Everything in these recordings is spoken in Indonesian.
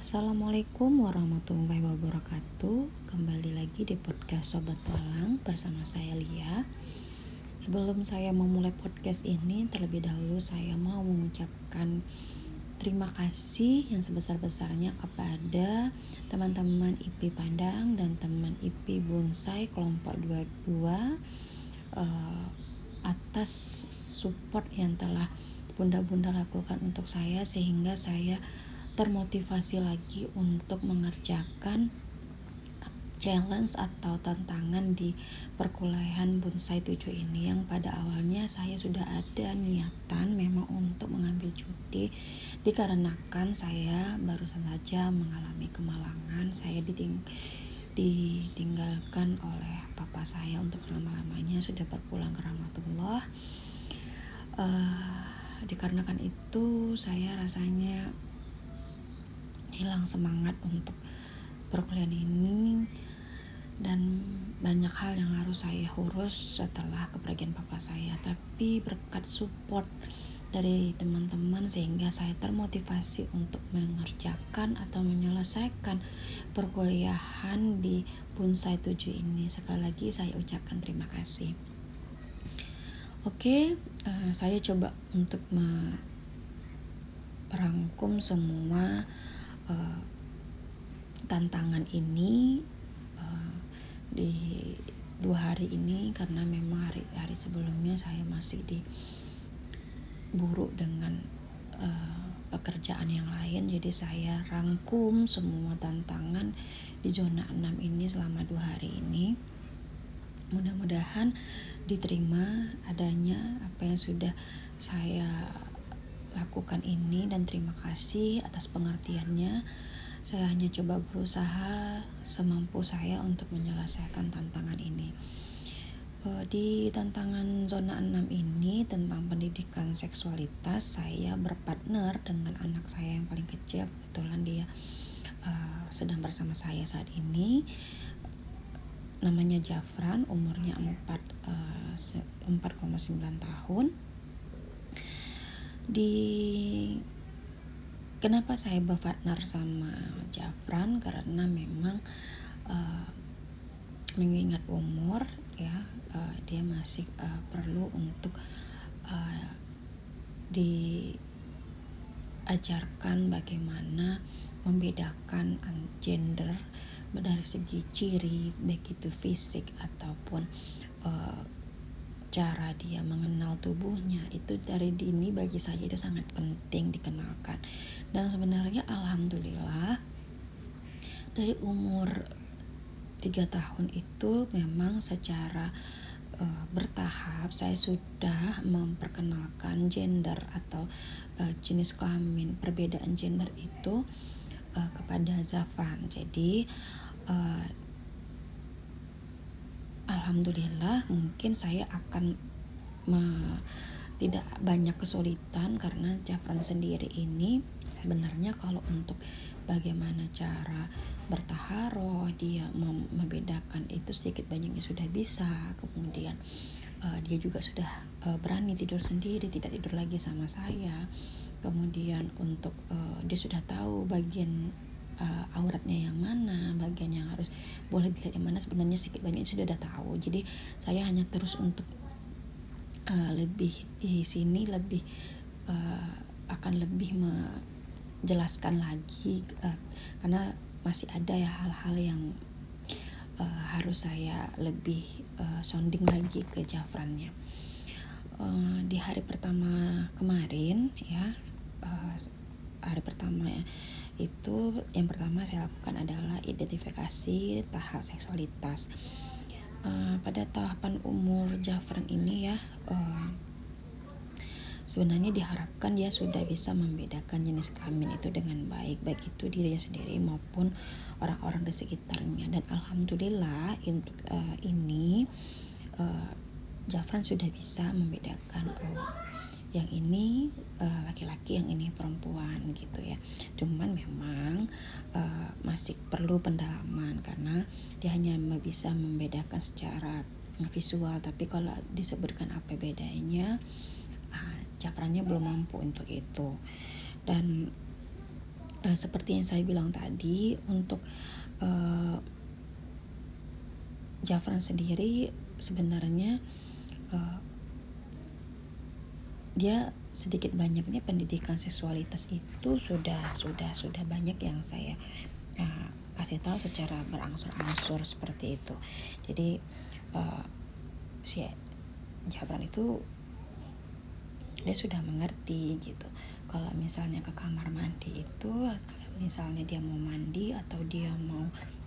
Assalamualaikum warahmatullahi wabarakatuh. Kembali lagi di podcast Sobat Walang bersama saya Lia. Sebelum saya memulai podcast ini, terlebih dahulu saya mau mengucapkan terima kasih yang sebesar-besarnya kepada teman-teman IP Padang dan teman IP Bonsai kelompok 22 atas support yang telah bunda-bunda lakukan untuk saya, sehingga saya termotivasi lagi untuk mengerjakan challenge atau tantangan di perkuliahan Bonsai 7 ini, yang pada awalnya saya sudah ada niatan memang untuk mengambil cuti dikarenakan saya barusan saja mengalami kemalangan. Saya ditinggalkan oleh papa saya untuk selama-lamanya, sudah berpulang ke rahmatullah. Dikarenakan itu saya rasanya hilang semangat untuk perkuliahan ini, dan banyak hal yang harus saya urus setelah kepergian papa saya. Tapi berkat support dari teman-teman sehingga saya termotivasi untuk mengerjakan atau menyelesaikan perkuliahan di Bonsai 7 ini. Sekali lagi saya ucapkan terima kasih. Oke, saya coba untuk merangkum semua tantangan ini di 2 hari ini, karena memang hari-hari sebelumnya saya masih diburu dengan pekerjaan yang lain. Jadi saya rangkum semua tantangan di zona 6 ini selama 2 hari ini. Mudah-mudahan diterima adanya apa yang sudah saya lakukan ini, dan terima kasih atas pengertiannya. Saya hanya coba berusaha semampu saya untuk menyelesaikan tantangan ini. Di tantangan zona 6 ini tentang pendidikan seksualitas, saya berpartner dengan anak saya yang paling kecil. Kebetulan dia sedang bersama saya saat ini. Namanya Jafran, umurnya 4,9 tahun. Kenapa saya berpartner sama Jafran? Karena memang mengingat umur ya, dia masih perlu untuk diajarkan bagaimana membedakan gender dari segi ciri, baik itu fisik ataupun cara dia mengenal tubuhnya. Itu dari dini bagi saya itu sangat penting dikenalkan. Dan sebenarnya alhamdulillah dari umur 3 tahun itu memang secara bertahap saya sudah memperkenalkan gender atau jenis kelamin, perbedaan gender itu kepada Zafran. Jadi alhamdulillah mungkin saya akan tidak banyak kesulitan, karena Jafran sendiri ini sebenarnya kalau untuk bagaimana cara bertaharoh, dia membedakan itu sedikit banyaknya sudah bisa. Kemudian dia juga sudah berani tidur sendiri, tidak tidur lagi sama saya. Kemudian untuk dia sudah tahu bagian auratnya yang mana, bagian yang harus boleh dilihat yang mana, sebenarnya sedikit banyak sudah tahu. Jadi saya hanya terus untuk lebih di sini lebih akan lebih menjelaskan lagi, karena masih ada ya hal-hal yang harus saya lebih sounding lagi ke Jafrannya. Di hari pertama kemarin ya, hari pertama ya, itu yang pertama saya lakukan adalah identifikasi tahap seksualitas. Pada tahapan umur Jafran ini ya, sebenarnya diharapkan dia sudah bisa membedakan jenis kelamin itu dengan baik itu dirinya sendiri maupun orang-orang di sekitarnya. Dan alhamdulillah untuk ini Jafran sudah bisa membedakan, yang ini laki-laki, yang ini perempuan gitu ya. Cuman memang masih perlu pendalaman, karena dia hanya bisa membedakan secara visual, tapi kalau disebutkan apa bedanya, Jafrannya belum mampu untuk itu. Dan seperti yang saya bilang tadi, untuk Jafran sendiri sebenarnya dia sedikit banyaknya pendidikan seksualitas itu sudah banyak yang saya kasih tahu secara berangsur-angsur seperti itu. Jadi si Jafran itu dia sudah mengerti gitu. Kalau misalnya ke kamar mandi itu, misalnya dia mau mandi atau dia mau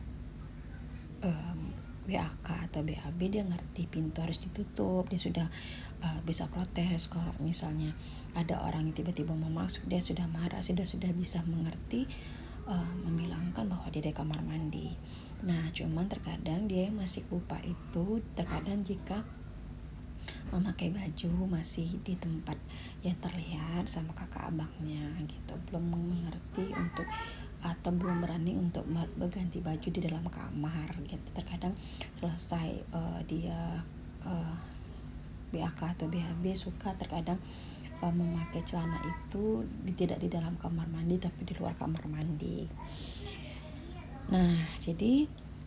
BAK atau BAB, dia ngerti pintu harus ditutup. Dia sudah bisa protes kalau misalnya ada orang yang tiba-tiba mau masuk, dia sudah marah, sudah bisa mengerti membilangkan bahwa dia di kamar mandi. Nah, cuman terkadang dia masih lupa itu. Terkadang jika memakai baju masih di tempat yang terlihat sama kakak abangnya gitu, belum mengerti untuk atau belum berani untuk berganti baju di dalam kamar gitu. Terkadang selesai dia BAK atau BAB, suka terkadang memakai celana itu tidak di dalam kamar mandi tapi di luar kamar mandi. Nah, jadi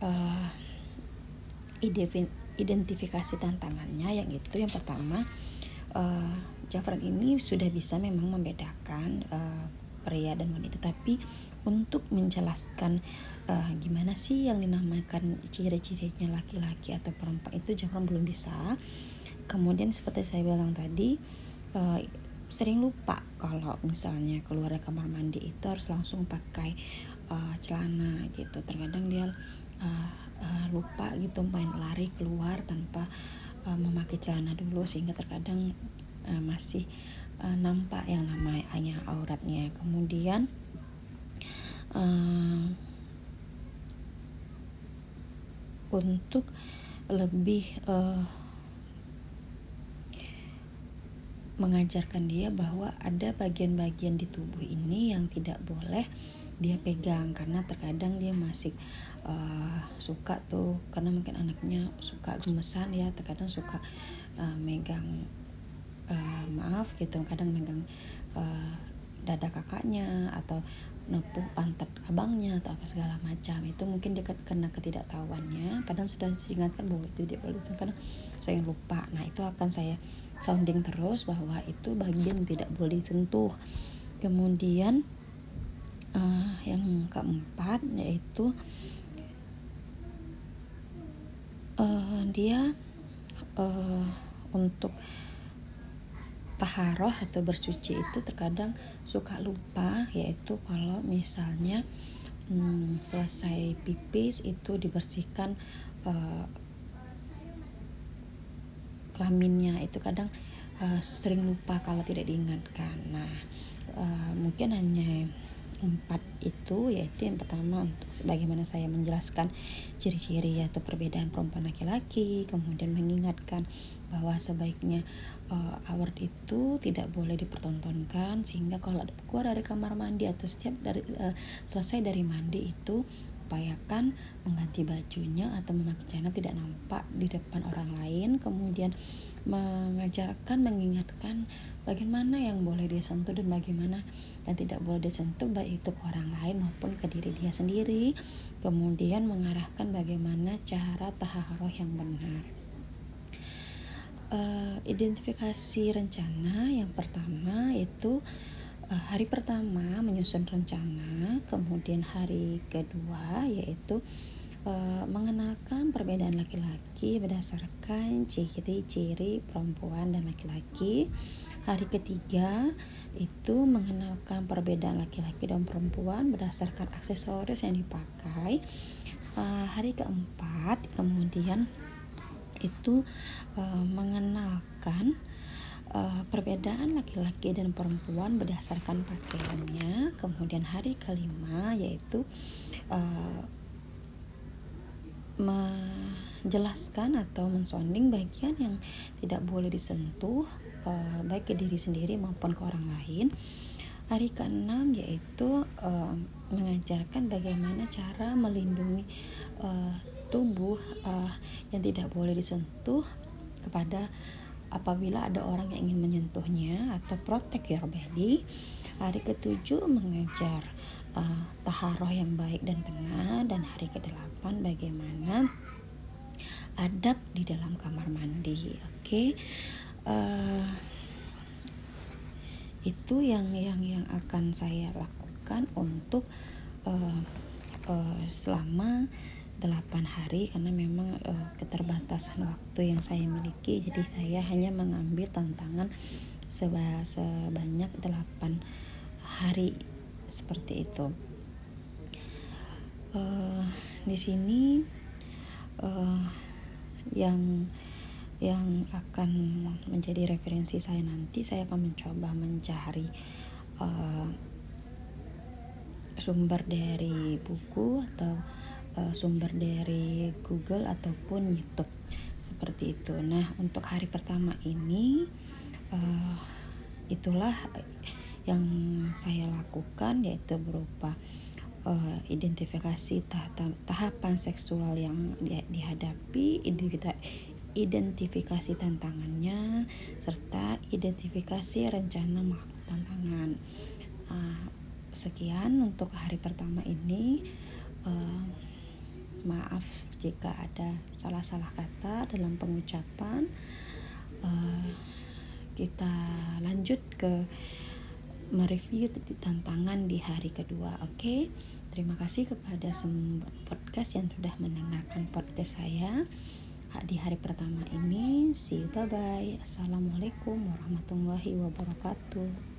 identifikasi tantangannya yang itu, yang pertama, Jafran ini sudah bisa memang membedakan pria dan wanita, tapi untuk menjelaskan gimana sih yang dinamakan ciri-cirinya laki-laki atau perempuan itu Jafran belum bisa. Kemudian seperti saya bilang tadi, sering lupa kalau misalnya keluar dari kamar mandi itu harus langsung pakai celana gitu. Terkadang dia lupa gitu, main lari keluar tanpa memakai celana dulu, sehingga terkadang masih nampak yang namanya auratnya. Kemudian untuk lebih mengajarkan dia bahwa ada bagian-bagian di tubuh ini yang tidak boleh dia pegang, karena terkadang dia masih suka tuh, karena mungkin anaknya suka gemesan ya, terkadang suka megang kadang megang dada kakaknya atau nepuk pantat abangnya atau apa segala macam. Itu mungkin dia karena ketidaktahuannya, padahal sudah diingatkan bahwa itu tidak boleh, karena saya lupa. Nah, itu akan saya sounding terus bahwa itu bagian tidak boleh disentuh. Kemudian yang keempat yaitu dia untuk taharoh atau bersuci itu terkadang suka lupa, yaitu kalau misalnya selesai pipis itu dibersihkan kelaminnya, itu kadang sering lupa kalau tidak diingatkan. Nah, mungkin hanya 4 itu, yaitu yang pertama untuk bagaimana saya menjelaskan ciri-ciri atau perbedaan perempuan laki-laki, kemudian mengingatkan bahwa sebaiknya aurat itu tidak boleh dipertontonkan, sehingga kalau keluar dari kamar mandi atau setiap selesai dari mandi itu upayakan mengganti bajunya atau memakai celana tidak nampak di depan orang lain. Kemudian mengingatkan bagaimana yang boleh dia sentuh dan bagaimana yang tidak boleh disentuh, baik itu ke orang lain maupun ke diri dia sendiri. Kemudian mengarahkan bagaimana cara taharoh yang benar. Identifikasi rencana yang pertama itu hari pertama menyusun rencana, kemudian hari kedua yaitu mengenalkan perbedaan laki-laki berdasarkan ciri-ciri perempuan dan laki-laki. Hari ketiga itu mengenalkan perbedaan laki-laki dan perempuan berdasarkan aksesoris yang dipakai. Hari keempat kemudian itu mengenalkan perbedaan laki-laki dan perempuan berdasarkan pakaiannya. Kemudian hari kelima yaitu menjelaskan atau mensounding bagian yang tidak boleh disentuh, baik ke diri sendiri maupun ke orang lain. Hari keenam yaitu mengajarkan bagaimana cara melindungi tubuh yang tidak boleh disentuh kepada apabila ada orang yang ingin menyentuhnya, atau protect your body. Hari ketujuh mengajar taharoh yang baik dan benar, dan hari ke-8 bagaimana adab di dalam kamar mandi. Oke. Itu yang akan saya lakukan untuk selama 8 hari, karena memang keterbatasan waktu yang saya miliki, jadi saya hanya mengambil tantangan sebanyak 8 hari seperti itu. Di sini yang akan menjadi referensi saya nanti, saya akan mencoba mencari sumber dari buku atau sumber dari Google ataupun YouTube seperti itu. Nah, untuk hari pertama ini itulah yang saya lakukan, yaitu berupa identifikasi tahapan seksual yang dihadapi, identifikasi tantangannya, serta identifikasi rencana tantangan. Sekian untuk hari pertama ini. Maaf jika ada salah-salah kata dalam pengucapan. Kita lanjut ke mereview tantangan di hari kedua. Oke. Terima kasih kepada semua podcast yang sudah mendengarkan podcast saya di hari pertama ini. See you, bye bye. Assalamualaikum warahmatullahi wabarakatuh.